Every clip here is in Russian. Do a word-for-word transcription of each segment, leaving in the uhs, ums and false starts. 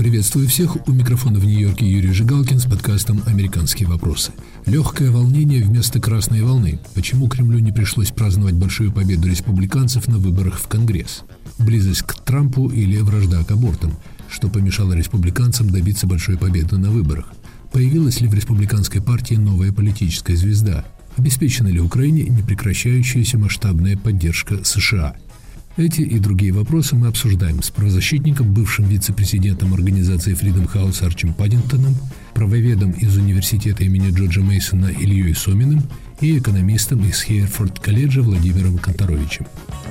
Приветствую всех. У микрофона в Нью-Йорке Юрий Жигалкин с подкастом «Американские вопросы». Легкое волнение вместо красной волны. Почему Кремлю не пришлось праздновать большую победу республиканцев на выборах в Конгресс? Близость к Трампу или вражда к абортам? Что помешало республиканцам добиться большой победы на выборах? Появилась ли в республиканской партии новая политическая звезда? Обеспечена ли Украине непрекращающаяся масштабная поддержка США? Эти и другие вопросы мы обсуждаем с правозащитником, бывшим вице-президентом организации Freedom House Арчем Паддингтоном, правоведом из университета имени Джорджа Мейсона Ильей Соминым и экономистом из Хейерфорд-колледжа Владимиром Конторовичем.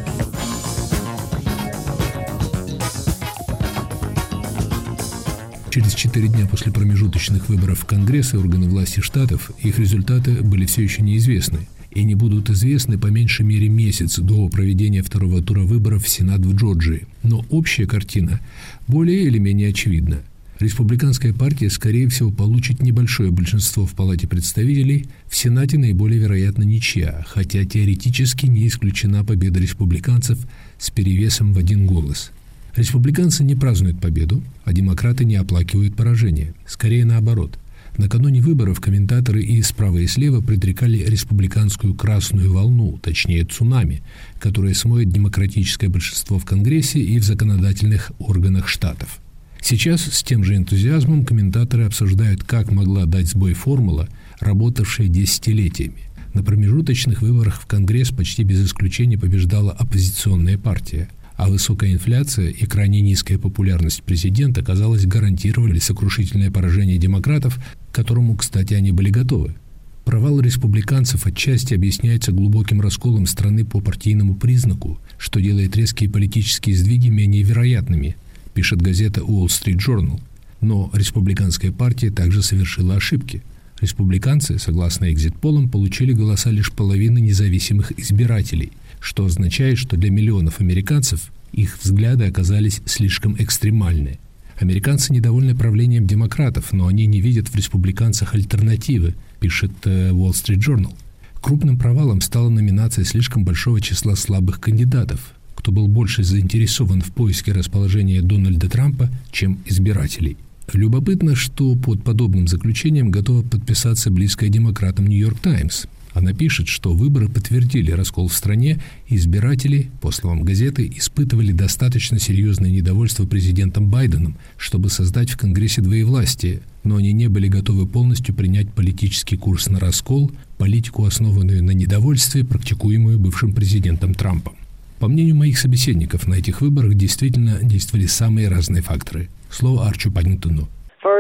Через четыре дня после промежуточных выборов в Конгресс и органы власти штатов их результаты были все еще неизвестны и не будут известны по меньшей мере месяц до проведения второго тура выборов в Сенат в Джорджии. Но общая картина более или менее очевидна. Республиканская партия, скорее всего, получит небольшое большинство в Палате представителей, в Сенате наиболее вероятно ничья, хотя теоретически не исключена победа республиканцев с перевесом в один голос. Республиканцы не празднуют победу, а демократы не оплакивают поражение. Скорее наоборот. Накануне выборов комментаторы и справа, и слева предрекали республиканскую красную волну, точнее цунами, которая смоет демократическое большинство в Конгрессе и в законодательных органах штатов. Сейчас с тем же энтузиазмом комментаторы обсуждают, как могла дать сбой формула, работавшая десятилетиями. На промежуточных выборах в Конгресс почти без исключения побеждала оппозиционная партия, а высокая инфляция и крайне низкая популярность президента, казалось, гарантировали сокрушительное поражение демократов, к которому, кстати, они были готовы. Провал республиканцев отчасти объясняется глубоким расколом страны по партийному признаку, что делает резкие политические сдвиги менее вероятными, пишет газета Wall Street Journal. Но республиканская партия также совершила ошибки. Республиканцы, согласно экзит-полам, получили голоса лишь половины независимых избирателей, что означает, что для миллионов американцев их взгляды оказались слишком экстремальны. Американцы недовольны правлением демократов, но они не видят в республиканцах альтернативы, пишет Wall Street Journal. Крупным провалом стала номинация слишком большого числа слабых кандидатов, кто был больше заинтересован в поиске расположения Дональда Трампа, чем избирателей. Любопытно, что под подобным заключением готова подписаться близкая демократам «Нью-Йорк Таймс». Она пишет, что выборы подтвердили раскол в стране, и избиратели, по словам газеты, испытывали достаточно серьезное недовольство президентом Байденом, чтобы создать в Конгрессе двоевластие, но они не были готовы полностью принять политический курс на раскол, политику, основанную на недовольстве, практикуемую бывшим президентом Трампом. По мнению моих собеседников, на этих выборах действительно действовали самые разные факторы. Слово Арчу Паддингтону.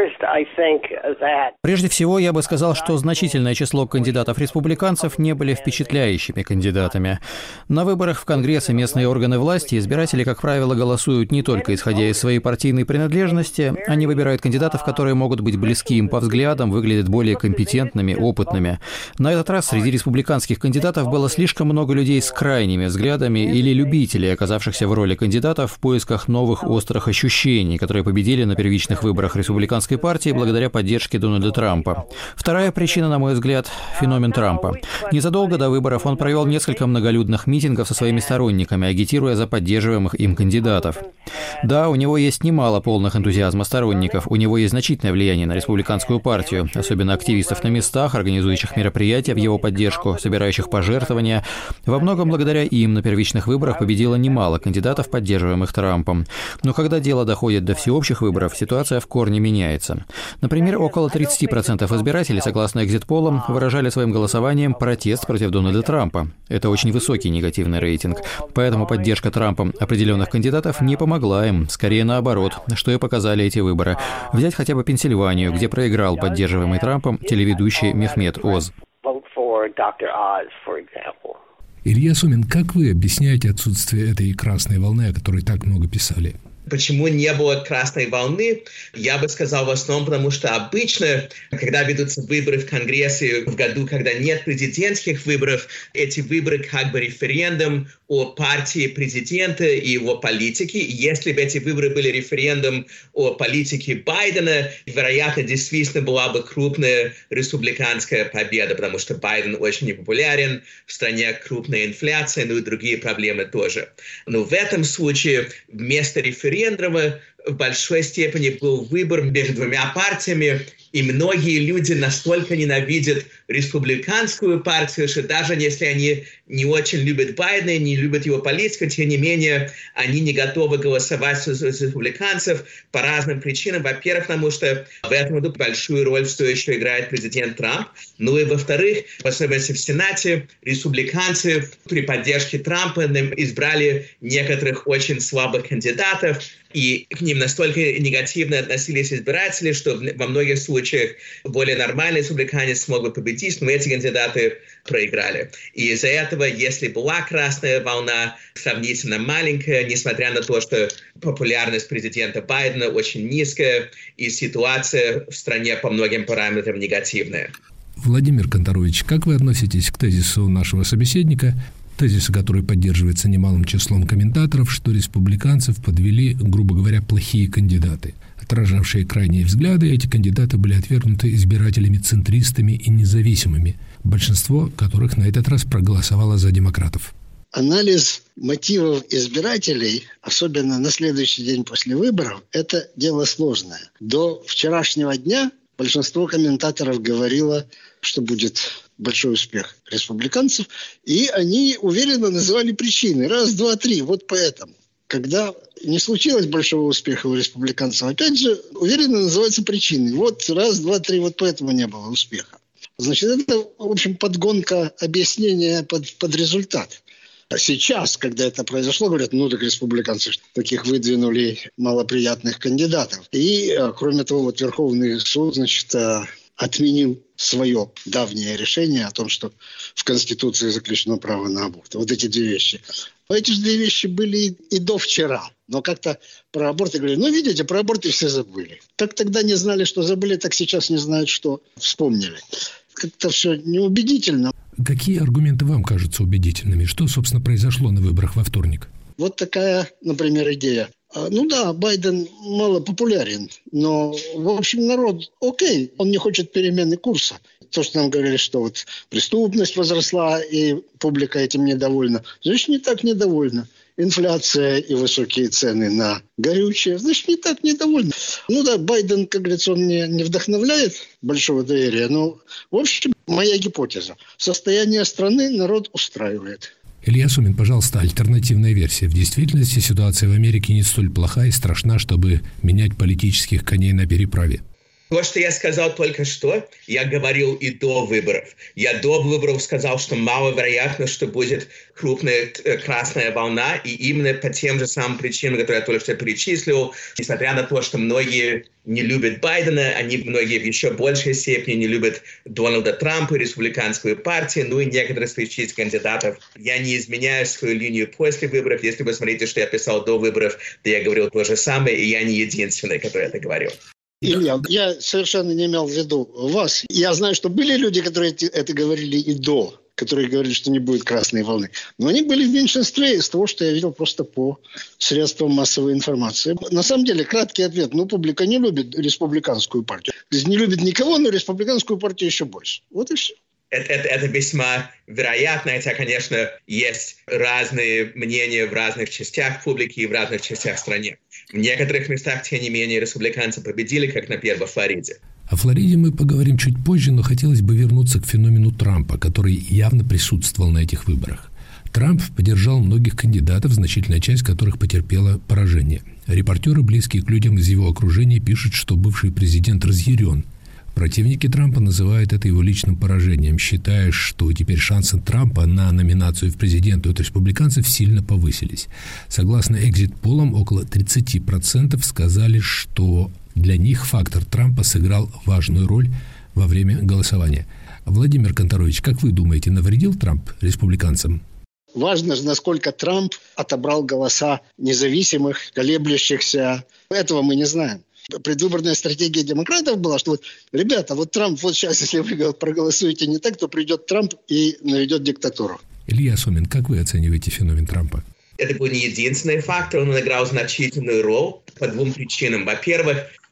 Прежде всего, я бы сказал, что значительное число кандидатов-республиканцев не были впечатляющими кандидатами. На выборах в Конгресс и местные органы власти избиратели, как правило, голосуют не только исходя из своей партийной принадлежности, они выбирают кандидатов, которые могут быть близки им по взглядам, выглядят более компетентными, опытными. На этот раз среди республиканских кандидатов было слишком много людей с крайними взглядами или любителей, оказавшихся в роли кандидатов в поисках новых острых ощущений, которые победили на первичных выборах республиканцев партии благодаря поддержке Дональда Трампа. Вторая причина, на мой взгляд, феномен Трампа. Незадолго до выборов он провел несколько многолюдных митингов со своими сторонниками, агитируя за поддерживаемых им кандидатов. Да, у него есть немало полных энтузиазма сторонников, у него есть значительное влияние на республиканскую партию, особенно активистов на местах, организующих мероприятия в его поддержку, собирающих пожертвования. Во многом благодаря им на первичных выборах победило немало кандидатов, поддерживаемых Трампом. Но когда дело доходит до всеобщих выборов, ситуация в корне меняется. Например, около тридцать процентов избирателей, согласно экзит-полам, выражали своим голосованием протест против Дональда Трампа. Это очень высокий негативный рейтинг. Поэтому поддержка Трампом определенных кандидатов не помогла им, скорее наоборот, что и показали эти выборы. Взять хотя бы Пенсильванию, где проиграл поддерживаемый Трампом телеведущий Мехмед Оз. Илья Сомин, как вы объясняете отсутствие этой красной волны, о которой так много писали? Почему не было красной волны? Я бы сказал в основном, потому что обычно, когда ведутся выборы в Конгрессе в году, когда нет президентских выборов, эти выборы как бы референдум о партии президента и его политике. Если бы эти выборы были референдум о политике Байдена, вероятно, действительно была бы крупная республиканская победа, потому что Байден очень непопулярен, в стране крупная инфляция, ну и другие проблемы тоже. Но в этом случае вместо референдума в большой степени был выбор между двумя партиями, и многие люди настолько ненавидят республиканскую партию, что даже если они не очень любят Байдена, не любят его политику, тем не менее они не готовы голосовать за республиканцев по разным причинам. Во-первых, потому что в этом году большую роль все еще играет президент Трамп. Ну и во-вторых, в особенности в Сенате, республиканцы при поддержке Трампа избрали некоторых очень слабых кандидатов, и к ним настолько негативно относились избиратели, что во многих случаях более нормальный республиканец смог бы победить, но эти кандидаты проиграли. И из-за этого, если была красная волна, сравнительно маленькая, несмотря на то, что популярность президента Байдена очень низкая, и ситуация в стране по многим параметрам негативная. Владимир Канторович, как вы относитесь к тезису нашего собеседника, тезиса, который поддерживается немалым числом комментаторов, что республиканцев подвели, грубо говоря, плохие кандидаты? Отражавшие крайние взгляды, эти кандидаты были отвергнуты избирателями-центристами и независимыми, большинство которых на этот раз проголосовало за демократов. Анализ мотивов избирателей, особенно на следующий день после выборов, это дело сложное. До вчерашнего дня большинство комментаторов говорило, что будет большой успех республиканцев, и они уверенно называли причины. Раз, два, три. Вот поэтому. Когда не случилось большого успеха у республиканцев, опять же, уверенно называются причины. Вот раз, два, три, вот поэтому не было успеха. Значит, это, в общем, подгонка объяснения под, под результат. А сейчас, когда это произошло, говорят, ну так республиканцы таких выдвинули малоприятных кандидатов. И, кроме того, вот Верховный суд, значит, отменил свое давнее решение о том, что в Конституции заключено право на аборт. Вот эти две вещи. Эти же две вещи были и до вчера. Но как-то про аборты говорили, ну, видите, про аборты все забыли. Как тогда не знали, что забыли, так сейчас не знают, что вспомнили. Как-то все неубедительно. Какие аргументы вам кажутся убедительными? Что, собственно, произошло на выборах во вторник? Вот такая, например, идея. Ну да, Байден мало популярен, но, в общем, народ окей, он не хочет перемены курса. То, что нам говорили, что вот преступность возросла, и публика этим недовольна, значит, не так недовольна. Инфляция и высокие цены на горючее, значит, не так недовольна. Ну да, Байден, как говорится, он не, не вдохновляет большого доверия, но, в общем, моя гипотеза. Состояние страны народ устраивает. Илья Сумин, пожалуйста, альтернативная версия. В действительности ситуация в Америке не столь плоха и страшна, чтобы менять политических коней на переправе. То, что я сказал только что, я говорил и до выборов. Я до выборов сказал, что маловероятно, что будет крупная красная волна, и именно по тем же самым причинам, которые я только что перечислил, несмотря на то, что многие не любят Байдена, они многие в еще большей степени не любят Дональда Трампа, республиканскую партию, ну и некоторых встречных кандидатов. Я не изменяю свою линию после выборов. Если вы смотрите, что я писал до выборов, то я говорил то же самое, и я не единственный, который это говорил. Илья, я совершенно не имел в виду вас. Я знаю, что были люди, которые это говорили и до, которые говорили, что не будет красной волны. Но они были в меньшинстве из того, что я видел просто по средствам массовой информации. На самом деле, краткий ответ. Ну, публика не любит республиканскую партию. Не любит никого, но республиканскую партию еще больше. Вот и все. Это, это, это весьма вероятно, хотя, конечно, есть разные мнения в разных частях публики и в разных частях страны. В некоторых местах, тем не менее, республиканцы победили, как, например, во Флориде. О Флориде мы поговорим чуть позже, но хотелось бы вернуться к феномену Трампа, который явно присутствовал на этих выборах. Трамп поддержал многих кандидатов, значительная часть которых потерпела поражение. Репортеры, близкие к людям из его окружения, пишут, что бывший президент разъярен. Противники Трампа называют это его личным поражением, считая, что теперь шансы Трампа на номинацию в президенты от республиканцев сильно повысились. Согласно экзит-полам, около тридцать процентов сказали, что для них фактор Трампа сыграл важную роль во время голосования. Владимир Канторович, как вы думаете, навредил Трамп республиканцам? Важно же, насколько Трамп отобрал голоса независимых, колеблющихся. Этого мы не знаем. Предвыборная стратегия демократов была, что вот, ребята, вот Трамп, вот сейчас, если вы проголосуете не так, то придет Трамп и наведет диктатуру. Илья Сумин, как вы оцениваете феномен Трампа? Это был не единственный фактор, он играл значительную роль по двум причинам. Во-первых,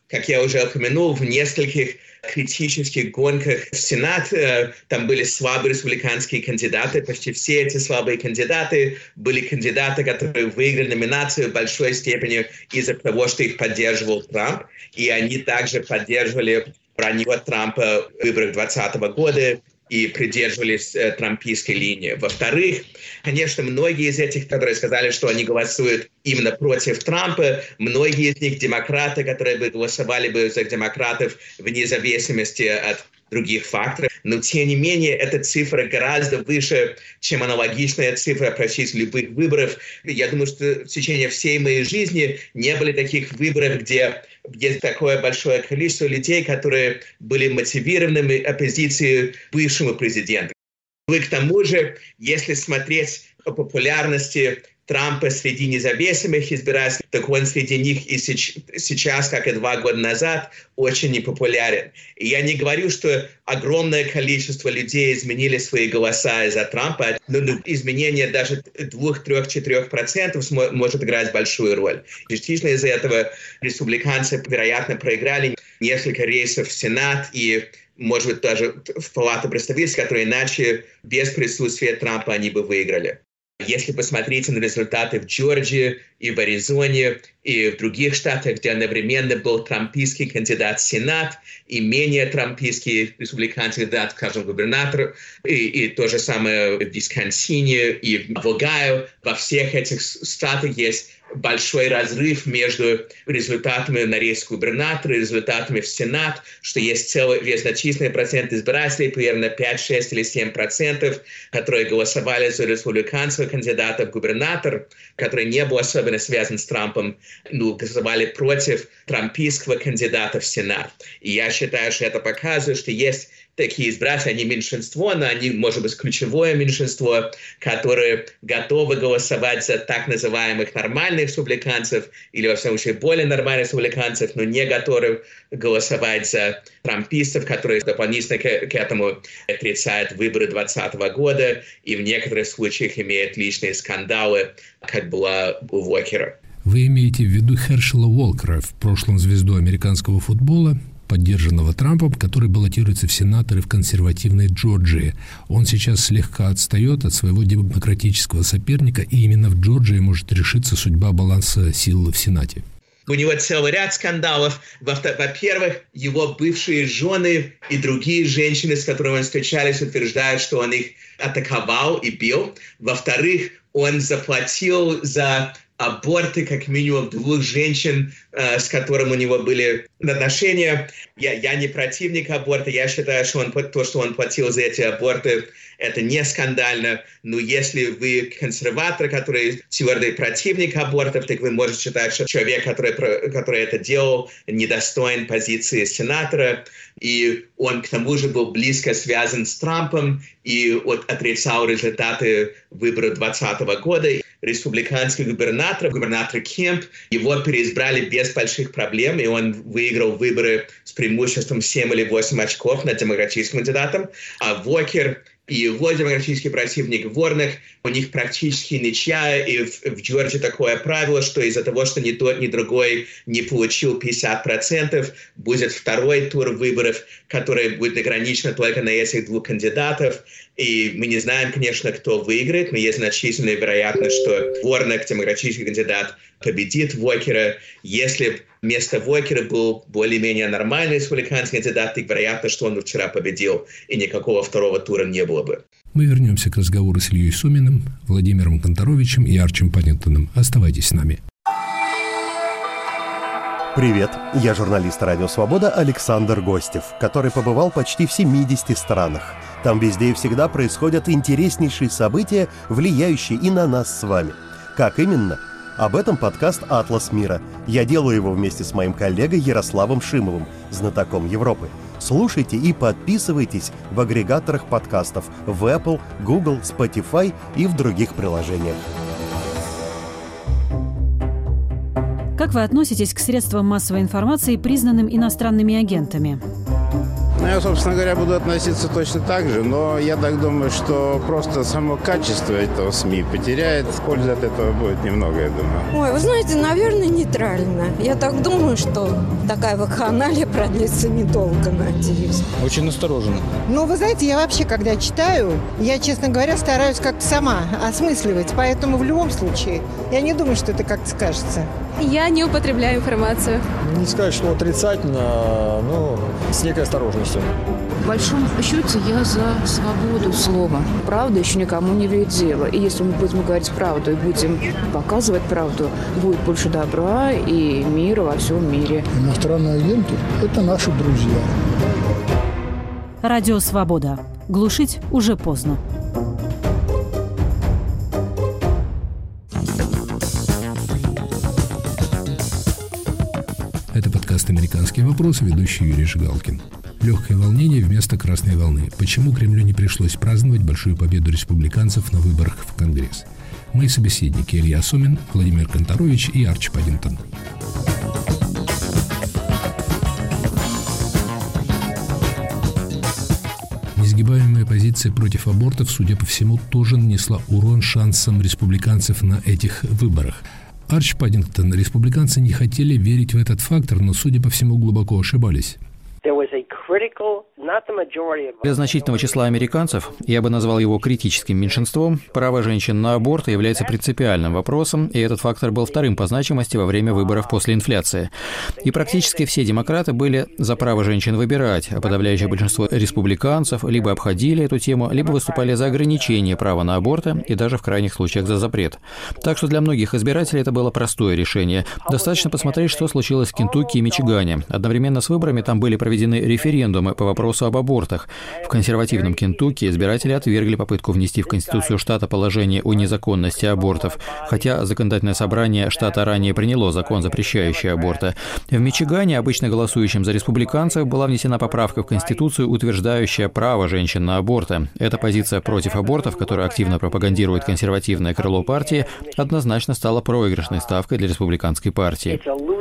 как я уже упомянул, в нескольких критических гонках в Сенат э, там были слабые республиканские кандидаты. Почти все эти слабые кандидаты были кандидаты, которые выиграли номинацию в большой степени из-за того, что их поддерживал Трамп. И они также поддерживали вранье Трампа в выборах двадцатого года и придерживались э, трампийской линии. Во-вторых, конечно, многие из этих, которые сказали, что они голосуют именно против Трампа, многие из них демократы, которые бы голосовали бы за демократов вне зависимости от других факторов. Но, тем не менее, эта цифра гораздо выше, чем аналогичная цифра почти любых выборов. Я думаю, что в течение всей моей жизни не было таких выборов, где есть такое большое количество людей, которые были мотивированы оппозицией бывшему президенту. И к тому же, если смотреть по популярности Трампа среди независимых избирателей, так он среди них и сейчас, как и два года назад, очень непопулярен. И я не говорю, что огромное количество людей изменили свои голоса из-за Трампа, но изменение даже два, три, четыре процента может играть большую роль. Частично из-за этого республиканцы, вероятно, проиграли несколько рейсов в Сенат и, может быть, даже в Палату представителей, которые иначе без присутствия Трампа они бы выиграли. Если посмотреть на результаты в Джорджии и в Аризоне и в других штатах, где одновременно был трампийский кандидат в Сенат и менее трампийский республиканский кандидат, скажем, губернатор, и, и то же самое в Висконсине и в Огайо, во всех этих штатах есть большой разрыв между результатами на рейс губернатора и результатами в Сенат, что есть целый весь значительный процент избирателей, примерно пять, шесть или семь процентов, которые голосовали за республиканского кандидата в губернатор, который не был особенно связан с Трампом, ну, голосовали против трампийского кандидата в Сенат. И я считаю, что это показывает, что есть такие избиратели, они меньшинство, но они, может быть, ключевое меньшинство, которые готовы голосовать за так называемых нормальных республиканцев или, во всяком случае, более нормальных республиканцев, но не готовы голосовать за трампистов, которые дополнительно к, к этому отрицают выборы двадцатого года и в некоторых случаях имеют личные скандалы, как было у Уокера. Вы имеете в виду Хершела Уолкера, в прошлом звезду американского футбола, поддержанного Трампом, который баллотируется в сенаторы в консервативной Джорджии. Он сейчас слегка отстает от своего демократического соперника, и именно в Джорджии может решиться судьба баланса сил в Сенате. У него целый ряд скандалов. Во-первых, его бывшие жены и другие женщины, с которыми он встречались, утверждают, что он их атаковал и бил. Во-вторых, он заплатил за аборты как минимум двух женщин, э, с которыми у него были отношения. Я, я не противник аборта, я считаю, что он, то, что он платил за эти аборты, это не скандально. Но если вы консерватор, который твердый противник абортов, так вы можете считать, что человек, который, который это делал, недостоин позиции сенатора. И он к тому же был близко связан с Трампом и вот, отрицал результаты выборов двадцатого года. Республиканский губернатор, губернатор Кемп, его переизбрали без больших проблем, и он выиграл выборы с преимуществом семь или восемь очков над демократическим кандидатом. А Уокер и его демократический противник Ворнок, у них практически ничья, и в, в Джорджии такое правило, что из-за того, что ни тот, ни другой не получил пятьдесят процентов, будет второй тур выборов, который будет ограничен только на этих двух кандидатов. И мы не знаем, конечно, кто выиграет, но есть значительная вероятность, что Ворнок, демократический кандидат, победит Уокера. Если вместо Уокера был более-менее нормальный республиканский кандидат, так вероятно, что он вчера победил, и никакого второго тура не было бы. Мы вернемся к разговору с Ильей Суминым, Владимиром Конторовичем и Арчем Паддингтоном. Оставайтесь с нами. Привет, я журналист «Радио Свобода» Александр Гостев, который побывал почти в семидесяти странах. Там везде и всегда происходят интереснейшие события, влияющие и на нас с вами. Как именно? Об этом подкаст «Атлас мира». Я делаю его вместе с моим коллегой Ярославом Шимовым, знатоком Европы. Слушайте и подписывайтесь в агрегаторах подкастов в Apple, Google, Spotify и в других приложениях. Как вы относитесь к средствам массовой информации, признанным иностранными агентами? Ну, я, собственно говоря, буду относиться точно так же, но я так думаю, что просто само качество этого СМИ потеряет. Пользы от этого будет немного, я думаю. Ой, вы знаете, наверное, нейтрально. Я так думаю, что такая вакханалия продлится недолго, надеюсь. Очень настороженно. Ну, вы знаете, я вообще, когда читаю, я, честно говоря, стараюсь как-то сама осмысливать. Поэтому в любом случае, я не думаю, что это как-то скажется. Я не употребляю информацию. Не сказать, что отрицательно, но с некой осторожностью. В большом счете я за свободу слова. Правда еще никому не вредит дело. И если мы будем говорить правду и будем показывать правду, будет больше добра и мира во всем мире. Иностранные агенты – это наши друзья. Радио «Свобода». Глушить уже поздно. Это подкаст «Американские вопросы», ведущий Юрий Жигалкин. Легкое волнение вместо красной волны. Почему Кремлю не пришлось праздновать большую победу республиканцев на выборах в Конгресс? Мои собеседники Илья Сомин, Владимир Конторович и Арчи Паддингтон. Несгибаемая позиция против абортов, судя по всему, тоже нанесла урон шансам республиканцев на этих выборах. Арчи Паддингтон, республиканцы не хотели верить в этот фактор, но, судя по всему, глубоко ошибались. Для значительного числа американцев, я бы назвал его критическим меньшинством, право женщин на аборт является принципиальным вопросом, и этот фактор был вторым по значимости во время выборов после инфляции. И практически все демократы были за право женщин выбирать, а подавляющее большинство республиканцев либо обходили эту тему, либо выступали за ограничение права на аборты и даже в крайних случаях за запрет. Так что для многих избирателей это было простое решение. Достаточно посмотреть, что случилось в Кентукки и Мичигане. Одновременно с выборами там были проведены референдумы по вопросу об абортах. В консервативном Кентукки избиратели отвергли попытку внести в Конституцию штата положение о незаконности абортов, хотя законодательное собрание штата ранее приняло закон, запрещающий аборты. В Мичигане, обычно голосующим за республиканцев, была внесена поправка в Конституцию, утверждающая право женщин на аборты. Эта позиция против абортов, которую активно пропагандирует консервативное крыло партии, однозначно стала проигрышной ставкой для республиканской партии.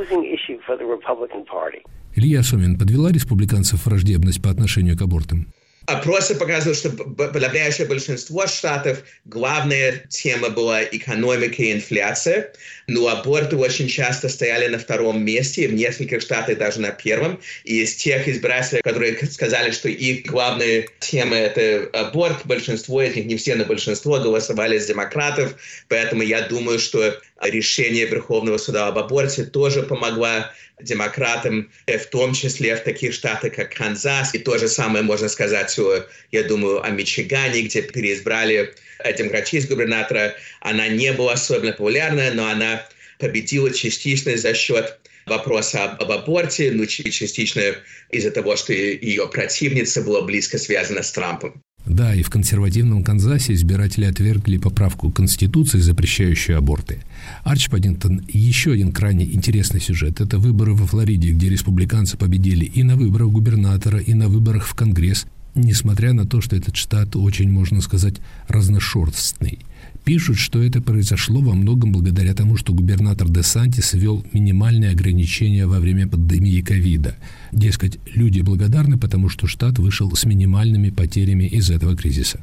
Илья Сомин, подвела республиканцев враждебность по отношению к абортам? Опросы показывают, что подавляющее большинство штатов главная тема была экономика и инфляция, но аборты очень часто стояли на втором месте, и в нескольких штатах даже на первом. И из тех избирателей, которые сказали, что их главная тема – это аборт, большинство из них, не все, но большинство голосовали за демократов, поэтому я думаю, что решение Верховного суда об аборте тоже помогло демократам, в том числе в таких штатах, как Канзас. И то же самое можно сказать, я думаю, о Мичигане, где переизбрали демократического губернатора. Она не была особенно популярна, но она победила частично за счет вопроса об, об аборте, ну, частично из-за того, что ее противница была близко связана с Трампом. Да, и в консервативном Канзасе избиратели отвергли поправку Конституции, запрещающую аборты. Арчи Паддингтон, еще один крайне интересный сюжет. Это выборы во Флориде, где республиканцы победили и на выборах губернатора, и на выборах в Конгресс, несмотря на то, что этот штат очень, можно сказать, разношерстный. Пишут, что это произошло во многом благодаря тому, что губернатор Десантис ввел минимальные ограничения во время пандемии ковида. Дескать, люди благодарны, потому что штат вышел с минимальными потерями из этого кризиса.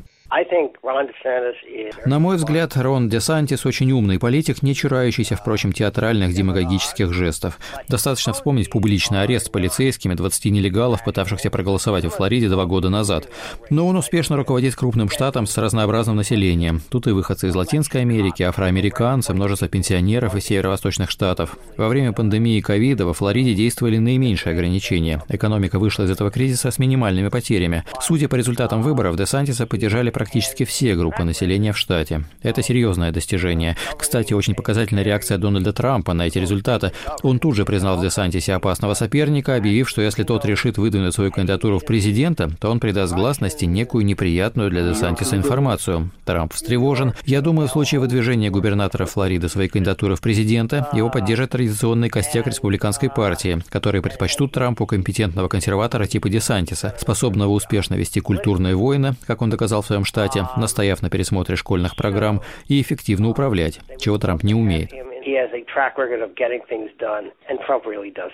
На мой взгляд, Рон Десантис очень умный политик, не чурающийся, впрочем, театральных демагогических жестов. Достаточно вспомнить публичный арест полицейскими двадцати нелегалов, пытавшихся проголосовать во Флориде два года назад. Но он успешно руководит крупным штатом с разнообразным населением. Тут и выходцы из Латинской Америки, афроамериканцы, множество пенсионеров из северо-восточных штатов. Во время пандемии ковида во Флориде действовали наименьшие ограничения. Экономика вышла из этого кризиса с минимальными потерями. Судя по результатам выборов, Десантиса поддержали практически все группы населения в штате. Это серьезное достижение. Кстати, очень показательная реакция Дональда Трампа на эти результаты. Он тут же признал в Десантисе опасного соперника, объявив, что если тот решит выдвинуть свою кандидатуру в президента, то он придаст гласности некую неприятную для Десантиса информацию. Трамп встревожен. Я думаю, в случае выдвижения губернатора Флориды своей кандидатуры в президента, его поддержит традиционный костяк республиканской партии, которые предпочтут Трампу компетентного консерватора типа Десантиса, способного успешно вести культурные войны, как он доказал в своем штате, настояв на пересмотре школьных программ, и эффективно управлять, чего Трамп не умеет.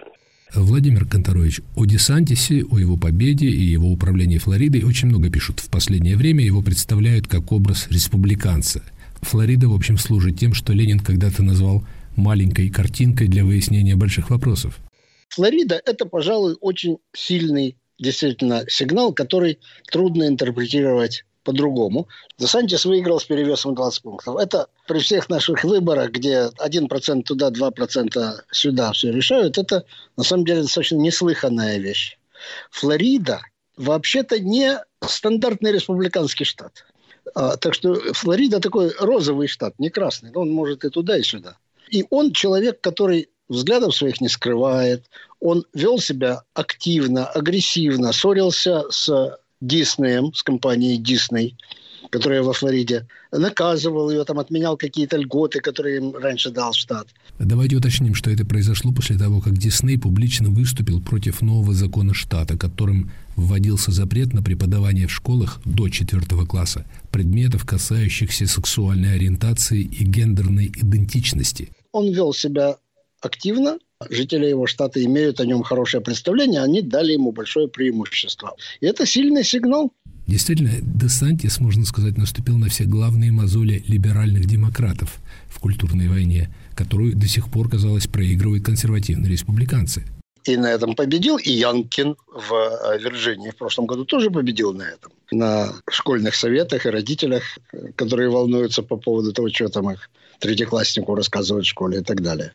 Владимир Канторович, о Десантисе, о его победе и его управлении Флоридой очень много пишут. В последнее время его представляют как образ республиканца. Флорида, в общем, служит тем, что Ленин когда-то назвал маленькой картинкой для выяснения больших вопросов. Флорида – это, пожалуй, очень сильный действительно сигнал, который трудно интерпретировать по-другому. Десантис выиграл с перевесом двадцать пунктов. Это при всех наших выборах, где один процент туда, два процента сюда все решают, это на самом деле достаточно неслыханная вещь. Флорида вообще-то не стандартный республиканский штат. А, так что Флорида такой розовый штат, не красный. Он может и туда, и сюда. И он человек, который взглядов своих не скрывает. Он вел себя активно, агрессивно, ссорился с Диснеем, с компанией Дисней, которая во Флориде, наказывал ее, там, отменял какие-то льготы, которые им раньше дал штат. Давайте уточним, что это произошло после того, как Дисней публично выступил против нового закона штата, которым вводился запрет на преподавание в школах до четвертого класса предметов, касающихся сексуальной ориентации и гендерной идентичности. Он вел себя активно. Жители его штата имеют о нем хорошее представление, они дали ему большое преимущество. И это сильный сигнал. Действительно, Десантис, можно сказать, наступил на все главные мозоли либеральных демократов в культурной войне, которую до сих пор, казалось, проигрывают консервативные республиканцы. И на этом победил. И Янкин в Вирджинии в прошлом году тоже победил на этом. На школьных советах и родителях, которые волнуются по поводу того, что там их третьекласснику рассказывают в школе и так далее.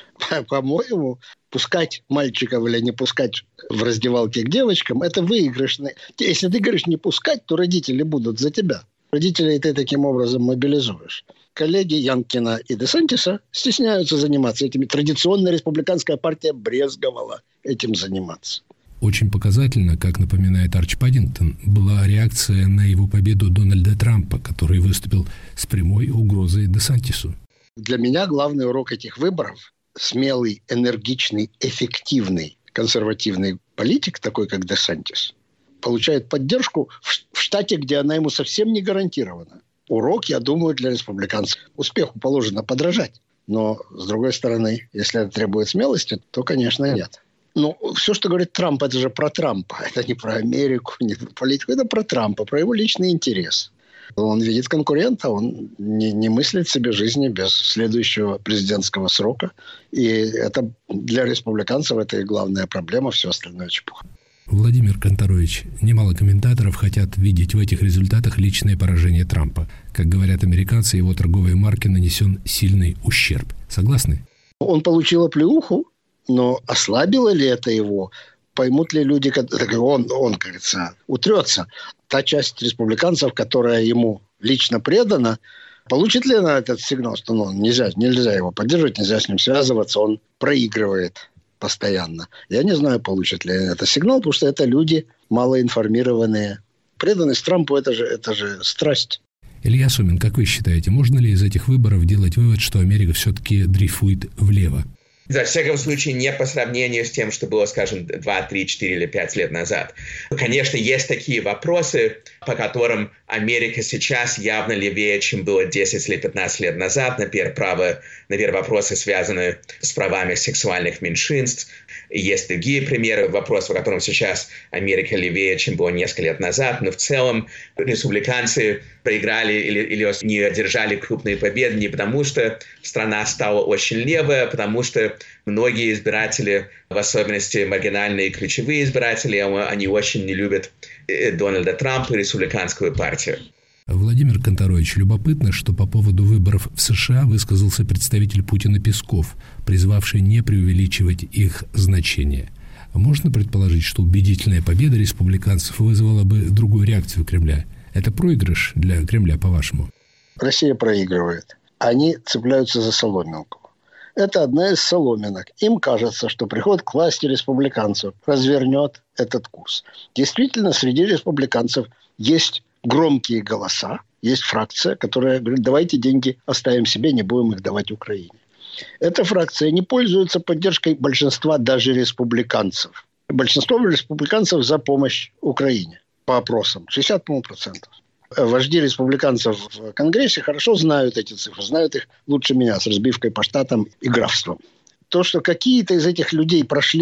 По-моему, пускать мальчиков или не пускать в раздевалке к девочкам – это выигрышно. Если ты говоришь не пускать, то родители будут за тебя. Родителей ты таким образом мобилизуешь. Коллеги Янкина и Десантиса стесняются заниматься этими. Традиционная республиканская партия брезговала этим заниматься. Очень показательно, как напоминает Арч Паддингтон, была реакция на его победу Дональда Трампа, который выступил с прямой угрозой Десантису. Для меня главный урок этих выборов – смелый, энергичный, эффективный консервативный политик, такой как Десантис, получает поддержку в штате, где она ему совсем не гарантирована. Урок, я думаю, для республиканцев. Успеху положено подражать. Но, с другой стороны, если это требует смелости, то, конечно, нет. Но все, что говорит Трамп, это же про Трампа. Это не про Америку, не про политику. Это про Трампа, про его личный интерес. Он видит конкурента, он не, не мыслит себе жизни без следующего президентского срока. И это для республиканцев это и главная проблема, все остальное чепуха. Владимир Канторович, немало комментаторов хотят видеть в этих результатах личное поражение Трампа. Как говорят американцы, его торговой марке нанесен сильный ущерб. Согласны? Он получил оплеуху, но ослабило ли это его? Поймут ли люди, он, он, кажется, утрется. Та часть республиканцев, которая ему лично предана, получит ли она этот сигнал, что ну, нельзя, нельзя его поддерживать, нельзя с ним связываться, он проигрывает постоянно. Я не знаю, получит ли это сигнал, потому что это люди малоинформированные. Преданность Трампу – это же, это же страсть. Илья Сомин, как вы считаете, можно ли из этих выборов делать вывод, что Америка все-таки дрейфует влево? Во всяком случае, не по сравнению с тем, что было, скажем, два, три, четыре или пять лет назад. Конечно, есть такие вопросы, по которым Америка сейчас явно левее, чем было десять или пятнадцать лет назад. Например, право, например, вопросы, связанные с правами сексуальных меньшинств. И есть другие примеры вопросов, по которым сейчас Америка левее, чем было несколько лет назад. Но в целом республиканцы проиграли или, или не одержали крупные победы не потому, что страна стала очень левая, а потому что многие избиратели, в особенности маргинальные ключевые избиратели, они очень не любят Дональда Трампа и республиканскую партию. Владимир Канторович, любопытно, что по поводу выборов в США высказался представитель Путина Песков, призвавший не преувеличивать их значение. Можно предположить, что убедительная победа республиканцев вызвала бы другую реакцию Кремля? Это проигрыш для Кремля, по-вашему? Россия проигрывает. Они цепляются за соломинку. Это одна из соломинок. Им кажется, что приход к власти республиканцев развернет этот курс. Действительно, среди республиканцев есть громкие голоса, есть фракция, которая говорит, давайте деньги оставим себе, не будем их давать Украине. Эта фракция не пользуется поддержкой большинства даже республиканцев. Большинство республиканцев за помощь Украине по опросам. шестьдесят процентов. Вожди республиканцев в Конгрессе хорошо знают эти цифры, знают их лучше меня с разбивкой по штатам и графствам. То, что какие-то из этих людей прошли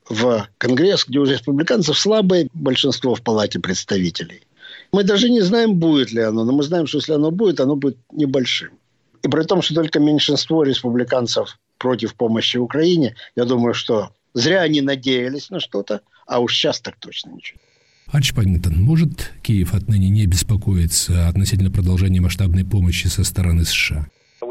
в Конгресс, где у республиканцев слабое большинство в Палате представителей. Мы даже не знаем, будет ли оно, но мы знаем, что если оно будет, оно будет небольшим. И при том, что только меньшинство республиканцев против помощи Украине, я думаю, что зря они надеялись на что-то, а уж сейчас так точно ничего. Арчи Паддингтон, может Киев отныне не беспокоиться относительно продолжения масштабной помощи со стороны США?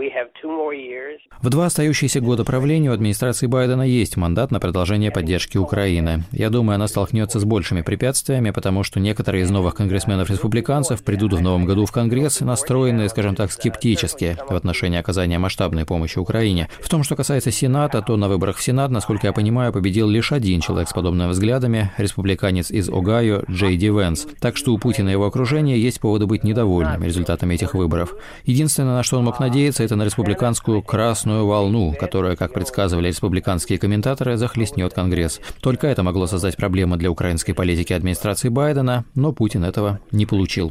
В два остающиеся года правления у администрации Байдена есть мандат на продолжение поддержки Украины. Я думаю, она столкнется с большими препятствиями, потому что некоторые из новых конгрессменов-республиканцев придут в новом году в Конгресс, настроенные, скажем так, скептически в отношении оказания масштабной помощи Украине. В том, что касается Сената, то на выборах в Сенат, насколько я понимаю, победил лишь один человек с подобными взглядами – республиканец из Огайо Джей Ди Венс. Так что у Путина и его окружения есть поводы быть недовольными результатами этих выборов. Единственное, на что он мог надеяться, это на республиканскую красную волну, которая, как предсказывали республиканские комментаторы, захлестнет Конгресс. Только это могло создать проблемы для украинской политики администрации Байдена, но Путин этого не получил.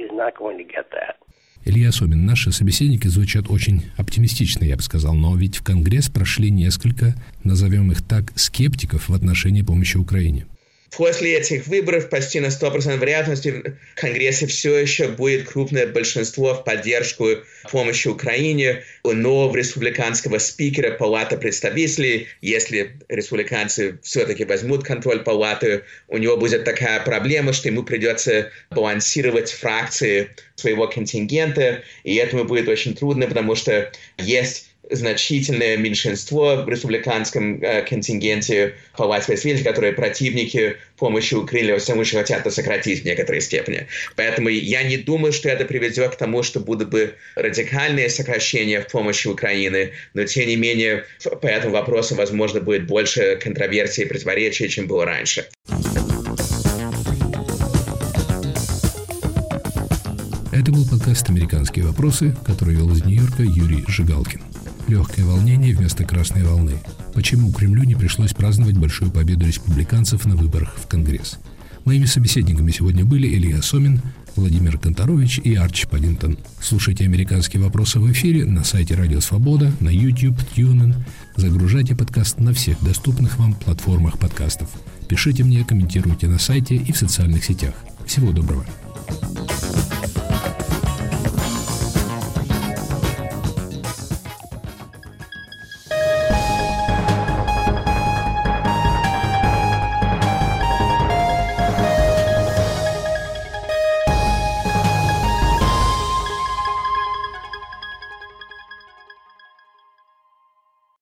Илья Сомин, наши собеседники звучат очень оптимистично, я бы сказал, но ведь в Конгресс прошли несколько, назовем их так, скептиков в отношении помощи Украине. После этих выборов почти на сто процентов вероятности в Конгрессе все еще будет крупное большинство в поддержку помощи Украине у нового республиканского спикера Палаты представителей. Если республиканцы все-таки возьмут контроль Палаты, у него будет такая проблема, что ему придется балансировать фракции своего контингента, и этому будет очень трудно, потому что есть значительное меньшинство в республиканском э, контингенте Палаты представителей, которые противники помощи Украине, во всем случае хотят это сократить в некоторой степени. Поэтому я не думаю, что это приведет к тому, что будут бы радикальные сокращения в помощи Украины, но тем не менее по этому вопросу, возможно, будет больше контроверсий и противоречий, чем было раньше. Это был подкаст «Американские вопросы», который вел из Нью-Йорка Юрий Жигалкин. Легкое волнение вместо красной волны. Почему Кремлю не пришлось праздновать большую победу республиканцев на выборах в Конгресс? Моими собеседниками сегодня были Илья Сомин, Владимир Конторович и Арчи Паддингтон. Слушайте «Американские вопросы» в эфире на сайте Радио Свобода, на YouTube, TuneIn. Загружайте подкаст на всех доступных вам платформах подкастов. Пишите мне, комментируйте на сайте и в социальных сетях. Всего доброго.